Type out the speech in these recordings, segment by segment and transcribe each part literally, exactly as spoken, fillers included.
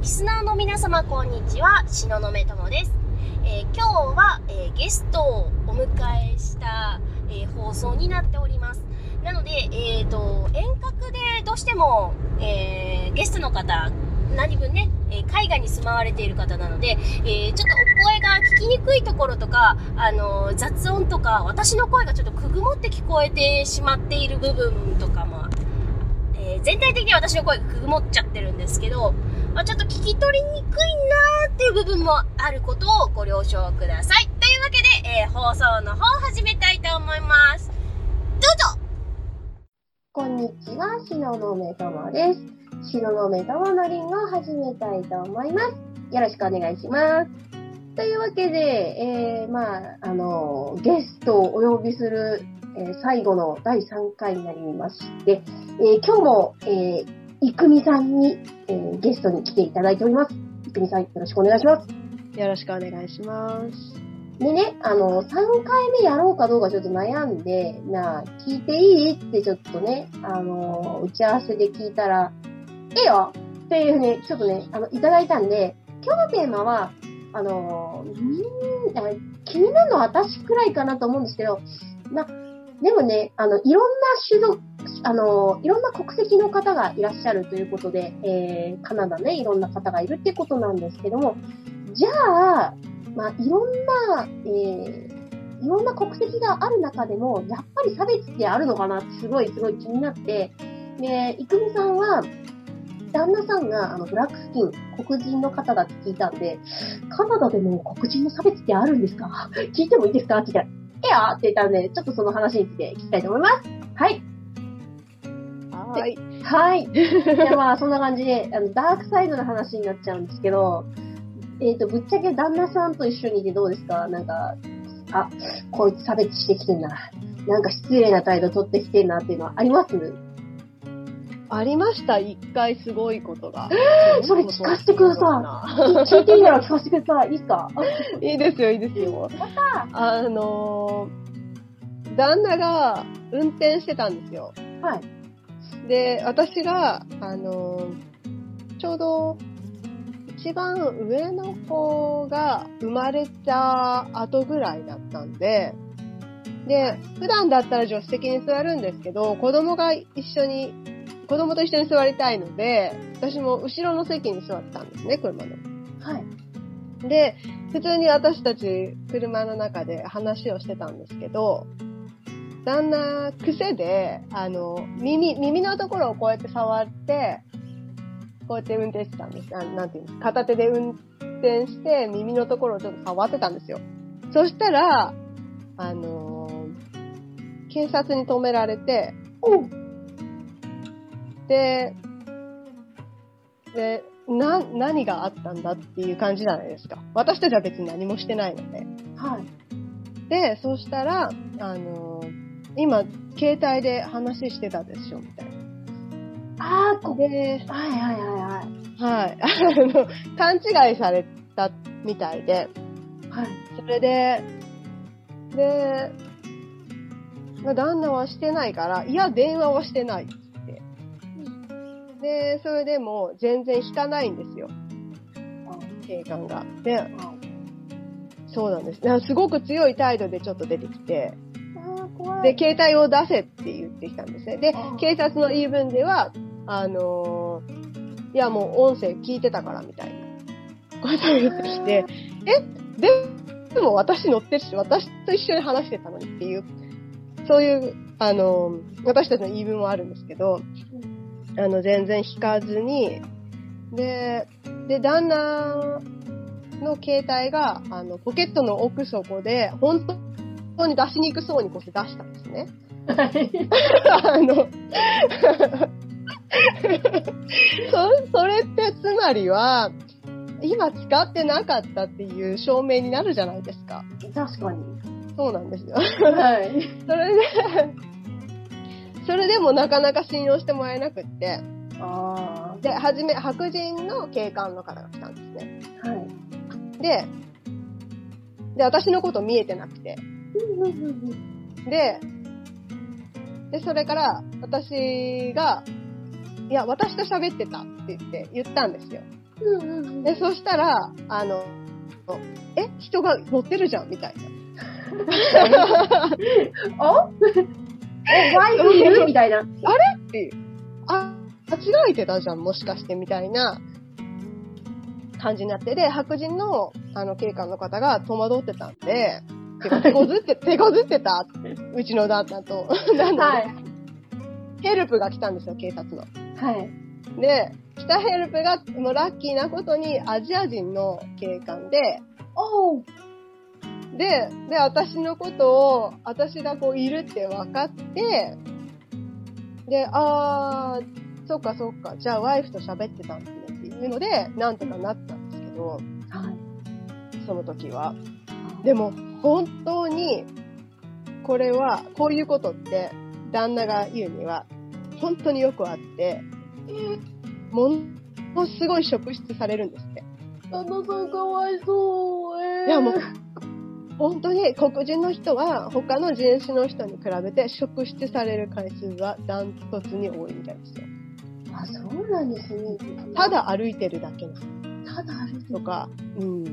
リスナーの皆様こんにちは、東雲友です。えー、今日は、えー、ゲストをお迎えした、えー、放送になっております。なので、えーと、遠隔でどうしても、えー、ゲストの方、何分ね、えー、海外に住まわれている方なので、えー、ちょっとお声が聞きにくいところとか、あのー、雑音とか、私の声がちょっとくぐもって聞こえてしまっている部分とかも、えー、全体的に私の声がくぐもっちゃってるんですけど、まあ、ちょっと聞き取りにくいなーっていう部分もあることをご了承ください。というわけで、えー、放送の方を始めたいと思います。どうぞ。 こんにちは、東雲友です。東雲友のりんを始めたいと思います。よろしくお願いします。というわけで、えー、まあ、あの、ゲストをお呼びする、えー、最後のだいさんかいになりまして、えー、今日も、えー、いくみさんに、えー、ゲストに来ていただいております。いくみさん、よろしくお願いします。 よろしくお願いします。 でね、あの、さんかいめやろうかどうかちょっと悩んで、なあ、聞いていいってちょっとね、あの、打ち合わせで聞いたら、ええよっていうね、ちょっとね、あの、いただいたんで、今日のテーマは、あの、んー気になるのは私くらいかなと思うんですけど、な、でもね、あの、いろんな種族、あの、いろんな国籍の方がいらっしゃるということで、えー、カナダね、いろんな方がいるってことなんですけども、じゃあ、まあ、いろんな、えー、いろんな国籍がある中でも、やっぱり差別ってあるのかなってすごいすごい気になって、で、いくみさんは、旦那さんがあのブラックスキン、黒人の方だって聞いたんで、カナダでも黒人の差別ってあるんですか？聞いてもいいですかって言ったら、ええよって言ったんで、ちょっとその話について聞きたいと思います。はい。 はい。 はい。じゃあまあ、そんな感じで、あの、ダークサイドの話になっちゃうんですけど、えっと、ぶっちゃけ旦那さんと一緒にいてどうですか？なんか、あ、こいつ差別してきてんな。なんか失礼な態度取ってきてんなっていうのはあります？ ありました、一回すごいことが。 それ聞かせてください。聞いていいなら聞かせてください。いいっすか？ いいですよ、いいですよ。あのー、旦那が運転してたんですよ。 はい。 で、私が、あのー、ちょうど、一番上の子が生まれた後ぐらいだったんで、で、普段だったら助手席に座るんですけど、子供が一緒に、子供と一緒に座りたいので、私も後ろの席に座ったんですね、車の。 はい。 で、普通に私たち車の中で話をしてたんですけど、旦那、癖で、あの、耳、耳のところをこうやって触って、こうやって運転してたんです。あなんていうんですか、片手で運転して耳のところをちょっと触ってたんですよ。そしたら、あのー、警察に止められて、 おで、で、な、何があったんだっていう感じじゃないですか。私たちは別に何もしてないので。 はい。 で、そしたら、あのー、今、携帯で話してたでしょ、みたいな。 あー、こで、 はいはいはいはい。 はい。あの、勘違いされたみたいで、 はい。 それで、で、まあ、旦那はしてないから、いや、電話はしてないって。で、それでも全然引かないんですよ。警官が。で、そうなんです。すごく強い態度でちょっと出てきて、で、携帯を出せって言ってきたんですね。で、警察の言い分では、あのー、いやもう音声聞いてたからみたいなことを言ってきて、え、でも私乗ってるし、私と一緒に話してたのにっていう、そういう、あのー、私たちの言い分もあるんですけど、あの、全然引かずに、で、で、旦那の携帯が、あの、ポケットの奥底で、本当に出しにくそうにこうして出したんですね。あの、そ、それってつまりは、今使ってなかったっていう証明になるじゃないですか。 確かに。 そうなんですよ。 はい。 それで、それでもなかなか信用してもらえなくって、 あで、はじめ、白人の警官の方が来たんですね。 はい。 で、で、私のこと見えてなくて。で、で、それから、私が、いや、私と喋ってたって言って、言ったんですよ。 うんうんうん。 で、そしたら、あの、え、人が乗ってるじゃんみたいな。 おえ、ワイフいるみたいな。 っていう。あ、間違えてたじゃん、もしかしてみたいな感じになって、で、白人の、あの、警官の方が戸惑ってたんで、てか、手こずって、手こずってたうちの旦那と。なので、 はい。 ヘルプが来たんですよ、警察の。 はい。 で、来たヘルプが、もうラッキーなことにアジア人の警官で、 おう。 で、で、私のことを、私がこういるって分かって、で、あー、そっかそっか、じゃあワイフと喋ってたんですねっていうので、なんとかなったんですけど、 はい。 その時は。でも、本当に、これは、こういうことって、旦那が言うには、本当によくあって、ものすごい職質されるんですって。 旦那さんかわいそう。えー、 いやもう、本当に黒人の人は他の人種の人に比べて職質される回数はダントツに多いみたいですよ。 あ、そうなんですね。 ただ歩いてるだけなただ歩いてるとか、うん。 うん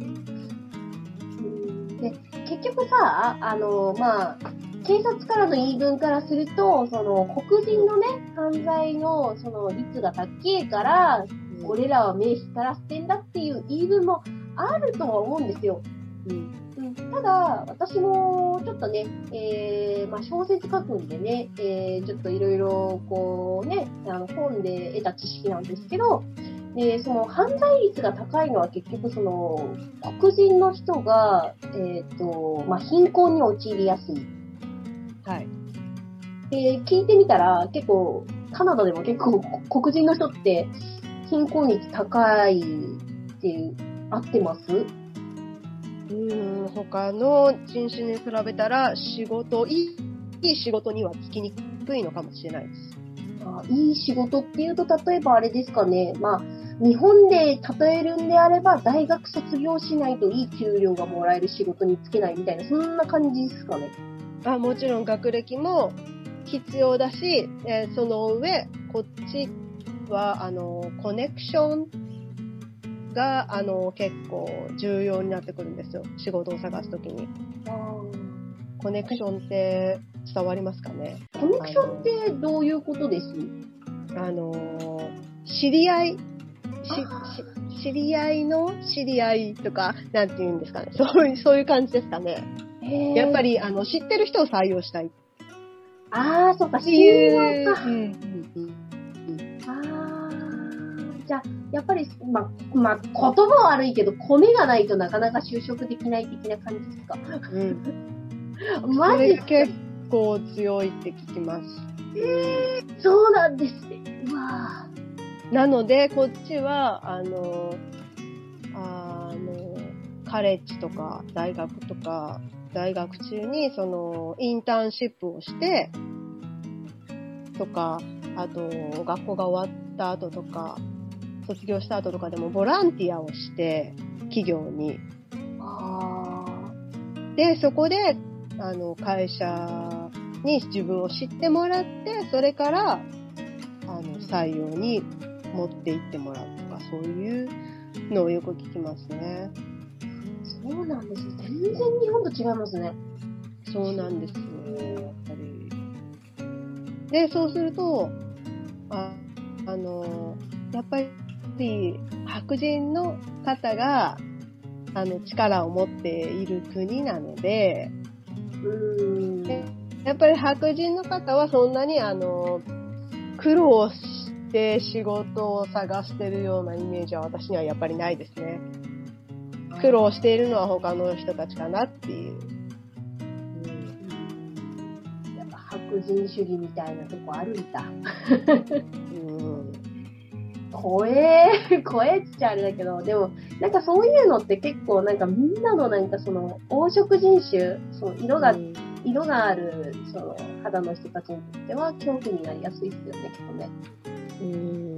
で、結局さ、あの、まあ、警察からの言い分からすると、その、黒人のね、犯罪の、その、率が高いから、 うん、 俺らは目光らせてんだっていう言い分もあるとは思うんですよ。 うんうん、ただ、私もちょっとね、えー、まあ、小説書くんでね、えー、ちょっといろいろ、こうね、あの本で得た知識なんですけど、で、その犯罪率が高いのは結局その、黒人の人が、えっと、まあ、貧困に陥りやすい。 はい。 で、聞いてみたら結構、カナダでも結構黒人の人って貧困率高いって合ってます？ うーん、他の人種に比べたら仕事、いい、いい仕事にはつきにくいのかもしれないです。 あ、いい仕事っていうと、例えばあれですかね。まあ、日本で例えるんであれば、大学卒業しないといい給料がもらえる仕事に就けないみたいな、そんな感じですかね。 あ、もちろん学歴も必要だし、えーその上、こっちは、あの、コネクションが、あの、結構重要になってくるんですよ。仕事を探すときに。コネクションって伝わりますかね？ コネクションってどういうことです？ あの、知り合い、しし知り合いの知り合いとか、なんて言うんですかね。そういう、そういう感じですかね。やっぱり。 り、あの、知ってる人を採用したいっああ、そうか、 て信いう。 用か。 うんうんうんああ、じゃあ、やっぱり、まあ、まあ、言葉は悪いけど、コネがないとなかなか就職できない的な感じですか。 うん。 マジそれ結構強いって聞きます。 えー、そうなんですね。うわなので、こっちは、あの、あの、カレッジとか、大学とか、大学中に、その、インターンシップをして、とか、あと、学校が終わった後とか、卒業した後とかでも、ボランティアをして、企業に。 あで、そこで、あの、会社に自分を知ってもらって、それから、あの、採用に持って行ってもらうとか、そういうのをよく聞きますね。 そうなんです。全然日本と違いますね。 そうなんですよ、やっぱり。で、そうすると、あ、あの、やっぱり、白人の方が、あの、力を持っている国なので、 うーん。 やっぱり白人の方はそんなにあの苦労して仕事を探してるようなイメージは私にはやっぱりないですね。苦労しているのは他の人たちかなっていう。 うん、やっぱ白人主義みたいなとこあるんだ。 うん怖えー、怖えっちゃあれだけど、でも、なんかそういうのって結構なんかみんなのなんかその黄色人種、その色が、 うん色があるその肌の人たちにとっては恐怖になりやすいですよね、きっとね。 うんうん。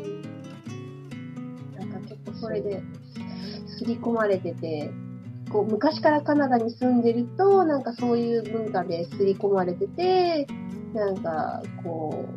なんか結構それで、刷り込まれてて、こう昔からカナダに住んでると、なんかそういう文化で刷り込まれてて、なんかこう、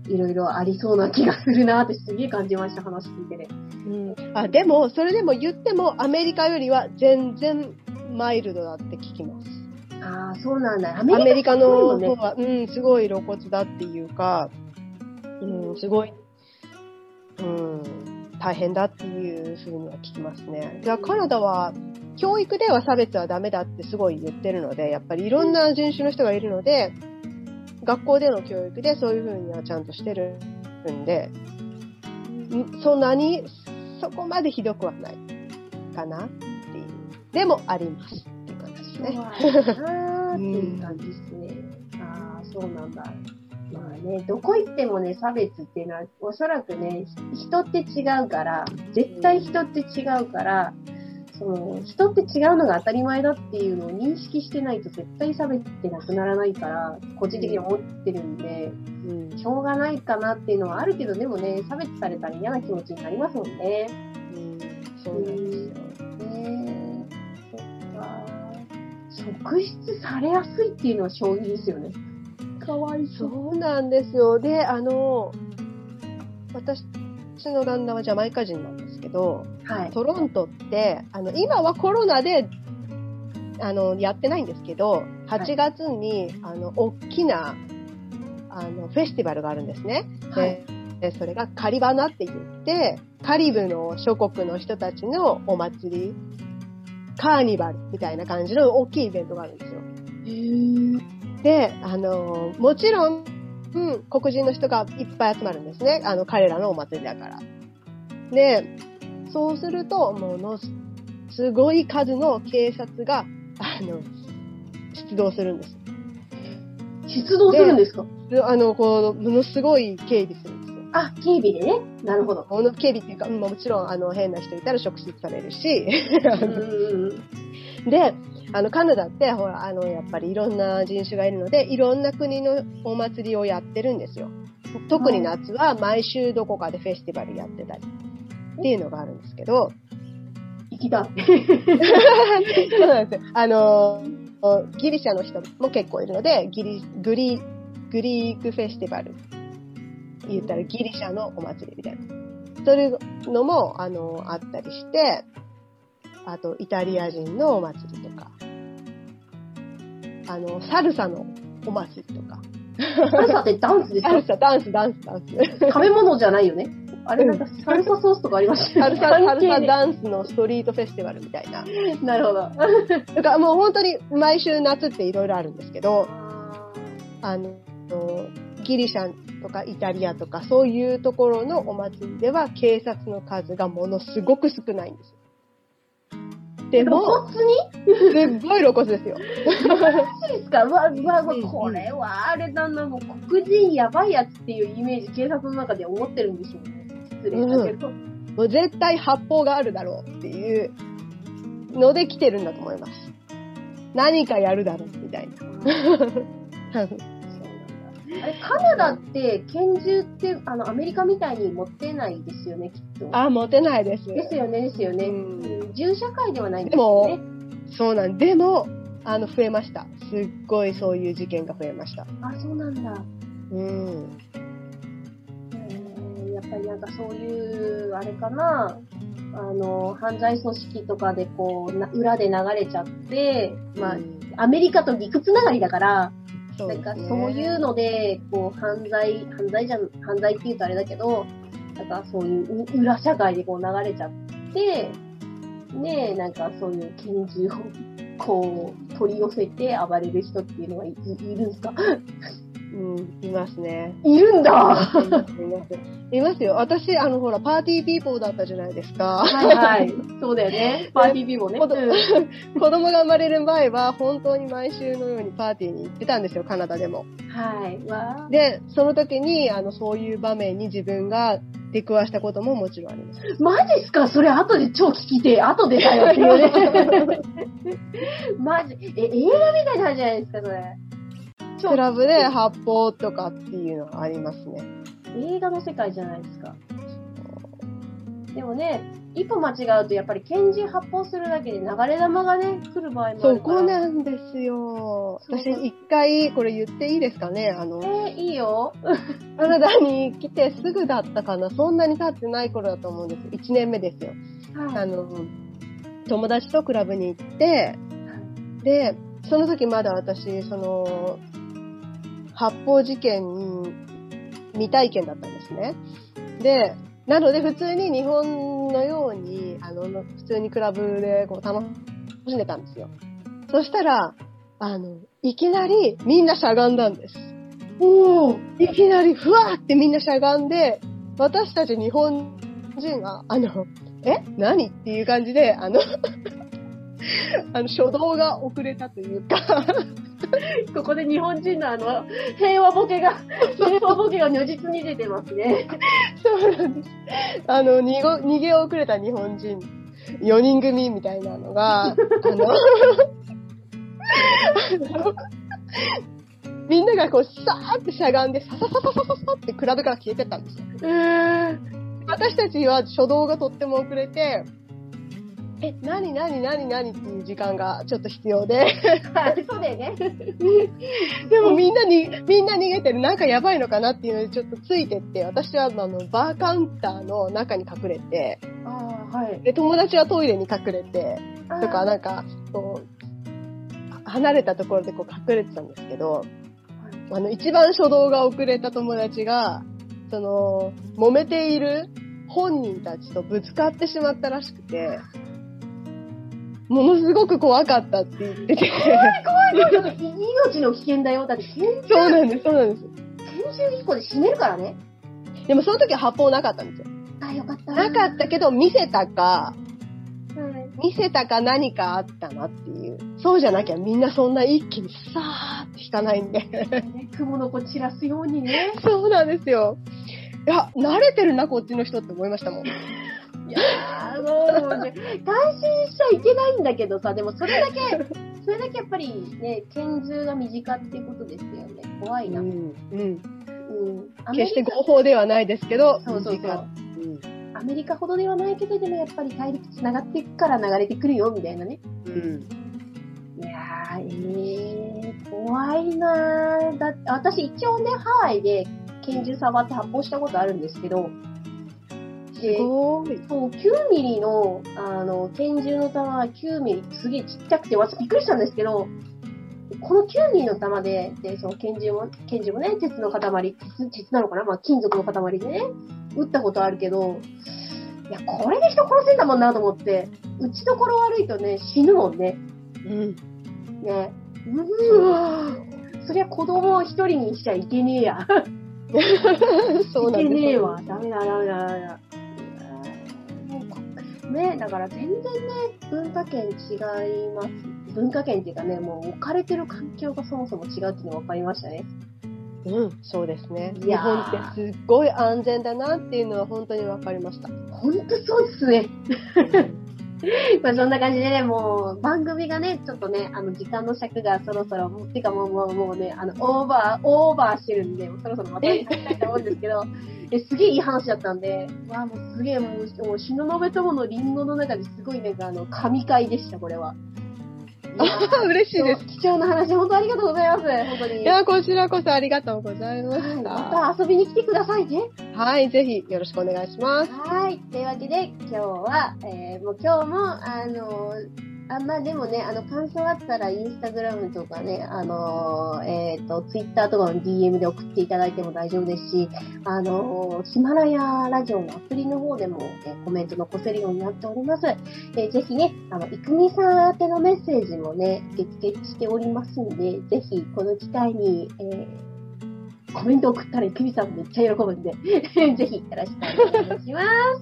いろいろありそうな気がするなってすげえ感じました、話聞いてね。 うん。あ、でも、それでも言ってもアメリカよりは全然マイルドだって聞きます。 ああ、そうなんだ。アアメリカのね、 方は、うん、すごい露骨だっていうか、うん、すごい、うん、大変だっていうふうには聞きますね。じゃあカナダは、教育では差別はダメだってすごい言ってるので、やっぱりいろんな人種の人がいるので、学校での教育でそういうふうにはちゃんとしてるんで、そんなにそこまでひどくはないかなっていう。でもありますっていう感じですね。 そうなーっていう感じですね。うん、ああ、そうなんだ。まあね、どこ行ってもね、差別っていうのは、おそらくね、人って違うから、絶対人って違うから、その人って違うのが当たり前だっていうのを認識してないと絶対差別ってなくならないから、個人的に思ってるんで、うん、しょうがないかなっていうのはあるけど、でもね、差別されたら嫌な気持ちになりますもんね。 うん、そうなんですよ。 ね、そっか。職質されやすいっていうのは衝撃ですよね。かわいそう。 そうなんですよ。で、あの、私の旦那はジャマイカ人なんですけど、はい、トロントって、あの、今はコロナで、あの、やってないんですけど、はちがつに、はい、あの、大きな、あの、フェスティバルがあるんですね。はい、で、それがカリバナって言って、カリブの諸国の人たちのお祭り、カーニバルみたいな感じの大きいイベントがあるんですよ。へー。で、あの、もちろん、うん、黒人の人がいっぱい集まるんですね。あの、彼らのお祭りだから。で、そうすると、ものすごい数の警察が、あの、出動するんです。 出動するんですか？ あの、こう、ものすごい警備するんですよ。 あ、警備でね。なるほど。 この警備っていうか、もちろん、あの、変な人いたら職質されるし。で、あの、カナダって、ほら、あの、やっぱりいろんな人種がいるので、いろんな国のお祭りをやってるんですよ。特に夏は毎週どこかでフェスティバルやってたりっていうのがあるんですけど。 行きたい。 そうなんですよ。あの、ギリシャの人も結構いるので、ギリ、グリ、グリークフェスティバル。言ったらギリシャのお祭りみたいな。そういうのも、あの、あったりして、あと、イタリア人のお祭りとか、あの、サルサのお祭りとか。 サルサってダンスですか？ サルサ、ダンス、ダンス、ダンス。 食べ物じゃないよね。あれなんかサルサソースとかありましたよね。サルサ、サルサダンスのストリートフェスティバルみたいな。 なるほど。だからもう本当に毎週夏っていろいろあるんですけど、あの、ギリシャとかイタリアとかそういうところのお祭りでは警察の数がものすごく少ないんですよ。でも、 露骨にすっごい露骨ですよ。 マジですか？うわ、うわ、これはあれだな、もう黒人やばいやつっていうイメージ、警察の中で思ってるんでしょうね。失礼だけど。うん、 もう絶対発砲があるだろうっていうので来てるんだと思います。何かやるだろうみたいな。 あれ、カナダって拳銃ってあのアメリカみたいに持ってないですよね、きっと。 あ、持てないです。 ですよね、ですよね。うん、銃社会ではないんですよね。 でも、そうなんでも、あの、増えました。すっごいそういう事件が増えました。 あ、そうなんだ。 うん。 えー、やっぱりなんかそういう、あれかな、あの、犯罪組織とかでこう、な裏で流れちゃって、まあ、うん、アメリカと陸つながりだから、そうですね、なんかそういうので、こう、犯罪、犯罪じゃん、犯罪って言うとあれだけど、なんかそういう裏社会でこう流れちゃって、ねえ、なんかそういう拳銃をこう取り寄せて暴れる人っていうのが い, い, いるんですか？ うん、いますね。 いるんだ。 います、います。いますよ。私、あの、ほら、パーティーピーポーだったじゃないですか。 はいはい。そうだよね。パーティーピーポーね。 子供が生まれる前は、本当に毎週のようにパーティーに行ってたんですよ、カナダでも。 はい。わで、その時に、あの、そういう場面に自分が出くわしたことももちろんあります。 マジっすか？それ後で超聞きて、後でだよっていうね。マジ、え、映画みたいなんじゃないですか、それ。 クラブで発砲とかっていうのがありますね。 映画の世界じゃないですか。 でもね、一歩間違うとやっぱり拳銃発砲するだけで流れ弾がね、来る場合もあるから。 そこなんですよ。私一回、これ言っていいですかね、あの、 えー、いいよ。 カナダに来てすぐだったかな、そんなに経ってない頃だと思うんです。いちねんめですよ。 はい、 あの、友達とクラブに行って、で、その時まだ私、その、発砲事件未体験だったんですね。で、なので普通に日本のように、あの、普通にクラブでこう楽しんでたんですよ。そしたら、あの、いきなりみんなしゃがんだんです。おー、いきなりふわーってみんなしゃがんで、私たち日本人が、あの、え何っていう感じで、あの、あの、初動が遅れたというか、 ここで日本人のあの、平和ボケが、平和ボケが如実に出てますね。 そうなんです。あの、逃げ、逃げ遅れた日本人、よにん組みたいなのが、あの、みんながこう、さーってしゃがんで、ささささささってクラブから消えてったんですよ。 えー、 私たちは初動がとっても遅れて、え、なになになになにっていう時間がちょっと必要で。 そうだよね。 でもみんなに、みんな逃げてる、なんかやばいのかなっていうのでちょっとついてって、私はあの、バーカウンターの中に隠れて、 あはい、 で、友達はトイレに隠れて、とかなんか、こう、離れたところでこう隠れてたんですけど、あの、一番初動が遅れた友達が、その、揉めている本人たちとぶつかってしまったらしくて、ものすごく怖かったって言ってて。 怖い怖い怖い。命の危険だよ。だって拳銃。 そうなんです、そうなんです。 拳銃一個で死ねるからね。 でもその時は発砲なかったんですよ。 あ、よかった。 なかったけど、見せたか、 はい、 見せたか何かあったなっていう。そうじゃなきゃみんなそんな一気にさーって引かないんで。 ね、雲の子散らすようにね。 そうなんですよ。いや、慣れてるな、こっちの人って思いましたもん。 いやー、もうね、感心しちゃいけないんだけどさ、でもそれだけ、それだけやっぱりね、拳銃が身近ってことですよね。怖いな。 うん。うん。 うん。 決して合法ではないですけど、 そうそうそう。 身近。うん。 アメリカほどではないけど、でもやっぱり大陸繋がっていくから流れてくるよ、みたいなね。 うん。 いやー、えー、怖いなー。だって、私一応ね、ハワイで拳銃触って発砲したことあるんですけど、 すごい。 そう、きゅうミリの、あの、拳銃の弾はきゅうミリ、すげえちっちゃくて、私びっくりしたんですけど、このきゅうミリの弾で、で、その拳銃も、拳銃もね、鉄の塊、鉄、鉄なのかな、まあ、金属の塊でね、撃ったことあるけど、いや、これで人殺せんだもんなと思って、打ちどころ悪いとね、死ぬもんね。 うん。 ね。うわぁ。そりゃ子供を一人にしちゃいけねえや。 そうなんです。 いけねえわ。ダメだ、ダメだ、ダメだ。ね、だから全然ね、文化圏違います。文化圏っていうかね、もう置かれてる環境がそもそも違うっていうのが分かりましたね。 うん、そうですね。 いや日本ってすっごい安全だなっていうのは本当に分かりました。 ほんとそうですね。まあそんな感じでね、もう番組がね、ちょっとね、あの時間の尺がそろそろ、てかもうもうもうね、あのオーバー、オーバーしてるんで、もうそろそろまたやりたいと思うんですけど、えすげえいい話だったんで、わあもうすげえもう、もう東雲友のリンゴの中ですごいなんかあの、神回でした、これは。 嬉しいです。 貴重な話、本当ありがとうございます。本当に。 いや、こちらこそありがとうございました。 また遊びに来てくださいね。 はい、ぜひよろしくお願いします。 はい。というわけで、今日は、えー、もう今日も、あのー、あんまでもね、あの、感想あったら、インスタグラムとかね、あのー、えっと、ツイッターとかの ディーエム で送っていただいても大丈夫ですし、あのー、ヒマラヤラジオのアプリの方でも、えー、コメント残せるようになっております。えー、ぜひね、あの、いくみさん宛てのメッセージもね、受付しておりますんで、ぜひ、この機会に、えーコメント送ったら、いくみさんめっちゃ喜ぶんで、ぜひよろしくお願いします。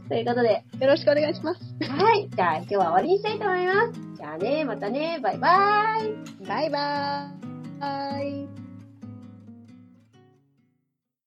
ということで、 よろしくお願いします。 はい。じゃあ、今日は終わりにしたいと思います。じゃあね、またね、バイバーイ。 バイバーイ。